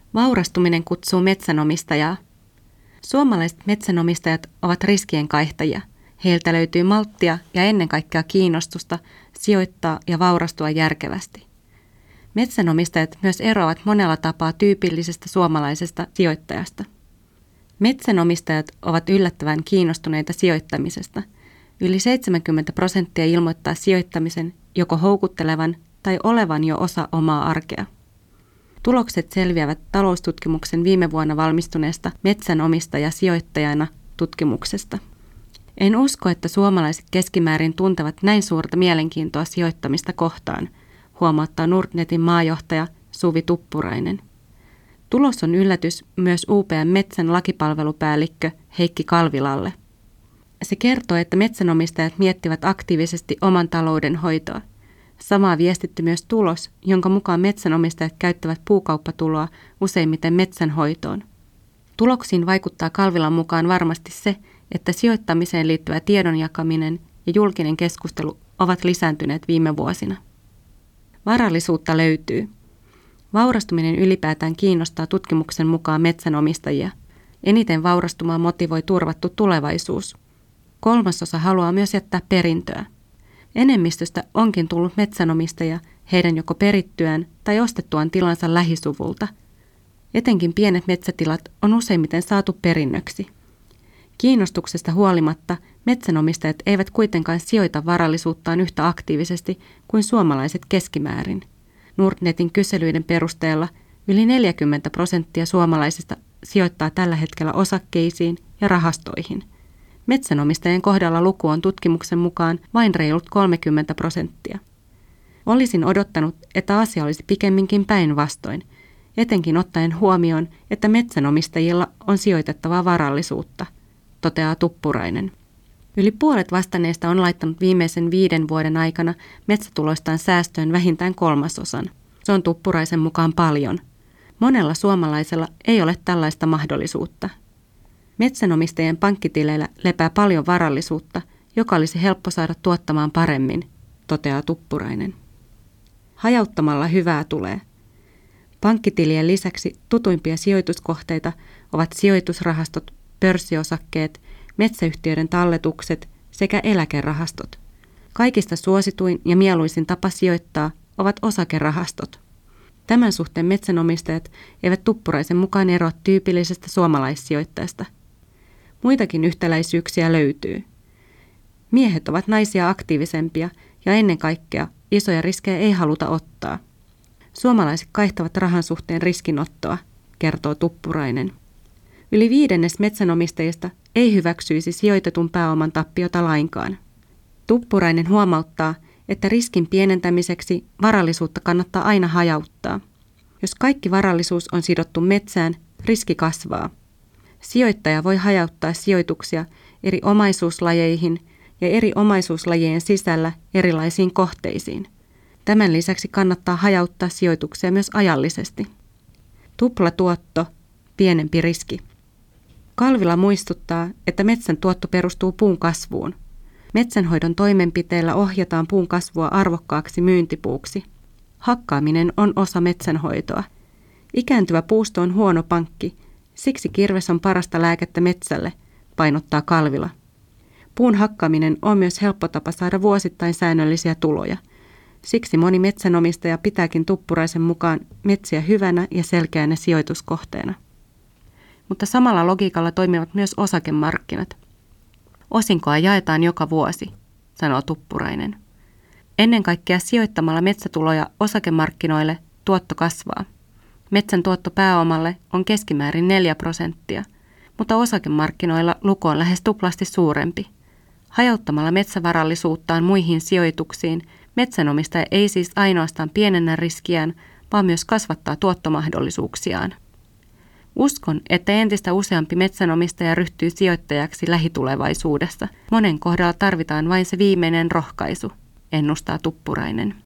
Vaurastuminen kutsuu metsänomistajaa. Suomalaiset metsänomistajat ovat riskien kaihtajia. Heiltä löytyy malttia ja ennen kaikkea kiinnostusta sijoittaa ja vaurastua järkevästi. Metsänomistajat myös eroavat monella tapaa tyypillisestä suomalaisesta sijoittajasta. Metsänomistajat ovat yllättävän kiinnostuneita sijoittamisesta. Yli 70% ilmoittaa sijoittamisen joko houkuttelevan tai olevan jo osa omaa arkea. Tulokset selviävät taloustutkimuksen viime vuonna valmistuneesta metsänomistajasijoittajana tutkimuksesta. En usko, että suomalaiset keskimäärin tuntevat näin suurta mielenkiintoa sijoittamista kohtaan, huomauttaa Nordnetin maajohtaja Suvi Tuppurainen. Tulos on yllätys myös UPM Metsän lakipalvelupäällikkö Heikki Kalvilalle. Se kertoo, että metsänomistajat miettivät aktiivisesti oman talouden hoitoa. Samaa viestitti myös tulos, jonka mukaan metsänomistajat käyttävät puukauppatuloa useimmiten metsänhoitoon. Tuloksiin vaikuttaa Kalvilan mukaan varmasti se, että sijoittamiseen liittyvä tiedon jakaminen ja julkinen keskustelu ovat lisääntyneet viime vuosina. Varallisuutta löytyy. Vaurastuminen ylipäätään kiinnostaa tutkimuksen mukaan metsänomistajia. Eniten vaurastumaan motivoi turvattu tulevaisuus. 1/3 haluaa myös jättää perintöä. Enemmistöstä onkin tullut metsänomistajia heidän joko perittyään tai ostettuaan tilansa lähisuvulta. Etenkin pienet metsätilat on useimmiten saatu perinnöksi. Kiinnostuksesta huolimatta metsänomistajat eivät kuitenkaan sijoita varallisuuttaan yhtä aktiivisesti kuin suomalaiset keskimäärin. Nordnetin kyselyiden perusteella yli 40% suomalaisista sijoittaa tällä hetkellä osakkeisiin ja rahastoihin. Metsänomistajien kohdalla luku on tutkimuksen mukaan vain reilut 30%. Olisin odottanut, että asia olisi pikemminkin päinvastoin, etenkin ottaen huomioon, että metsänomistajilla on sijoitettavaa varallisuutta, toteaa Tuppurainen. Yli puolet vastanneista on laittanut viimeisen 5 vuoden aikana metsätuloistaan säästöön vähintään 1/3. Se on Tuppuraisen mukaan paljon. Monella suomalaisella ei ole tällaista mahdollisuutta. Metsänomistajien pankkitileillä lepää paljon varallisuutta, joka olisi helppo saada tuottamaan paremmin, toteaa Tuppurainen. Hajauttamalla hyvää tulee. Pankkitilien lisäksi tutuimpia sijoituskohteita ovat sijoitusrahastot, pörssiosakkeet, metsäyhtiöiden talletukset sekä eläkerahastot. Kaikista suosituin ja mieluisin tapa sijoittaa ovat osakerahastot. Tämän suhteen metsänomistajat eivät Tuppuraisen mukaan eroa tyypillisestä suomalaissijoittajasta. Muitakin yhtäläisyyksiä löytyy. Miehet ovat naisia aktiivisempia ja ennen kaikkea isoja riskejä ei haluta ottaa. Suomalaiset kaihtavat rahan suhteen riskinottoa, kertoo Tuppurainen. Yli 1/5 metsänomistajista ei hyväksyisi sijoitetun pääoman tappiota lainkaan. Tuppurainen huomauttaa, että riskin pienentämiseksi varallisuutta kannattaa aina hajauttaa. Jos kaikki varallisuus on sidottu metsään, riski kasvaa. Sijoittaja voi hajauttaa sijoituksia eri omaisuuslajeihin ja eri omaisuuslajien sisällä erilaisiin kohteisiin. Tämän lisäksi kannattaa hajauttaa sijoituksia myös ajallisesti. Tuplatuotto, pienempi riski. Kalvila muistuttaa, että metsän tuotto perustuu puun kasvuun. Metsänhoidon toimenpiteillä ohjataan puun kasvua arvokkaaksi myyntipuuksi. Hakkaaminen on osa metsänhoitoa. Ikääntyvä puusto on huono pankki, siksi kirves on parasta lääkettä metsälle, painottaa Kalvila. Puun hakkaaminen on myös helppo tapa saada vuosittain säännöllisiä tuloja. Siksi moni metsänomistaja pitääkin Tuppuraisen mukaan metsiä hyvänä ja selkeänä sijoituskohteena. Mutta samalla logiikalla toimivat myös osakemarkkinat. Osinkoa jaetaan joka vuosi, sanoo Tuppurainen. Ennen kaikkea sijoittamalla metsätuloja osakemarkkinoille tuotto kasvaa. Metsän tuotto pääomalle on keskimäärin 4%, mutta osakemarkkinoilla luku on lähes tuplasti suurempi. Hajauttamalla metsävarallisuuttaan muihin sijoituksiin metsänomistaja ei siis ainoastaan pienennä riskiään, vaan myös kasvattaa tuottomahdollisuuksiaan. Uskon, että entistä useampi metsänomistaja ryhtyy sijoittajaksi lähitulevaisuudessa. Monen kohdalla tarvitaan vain se viimeinen rohkaisu, ennustaa Tuppurainen.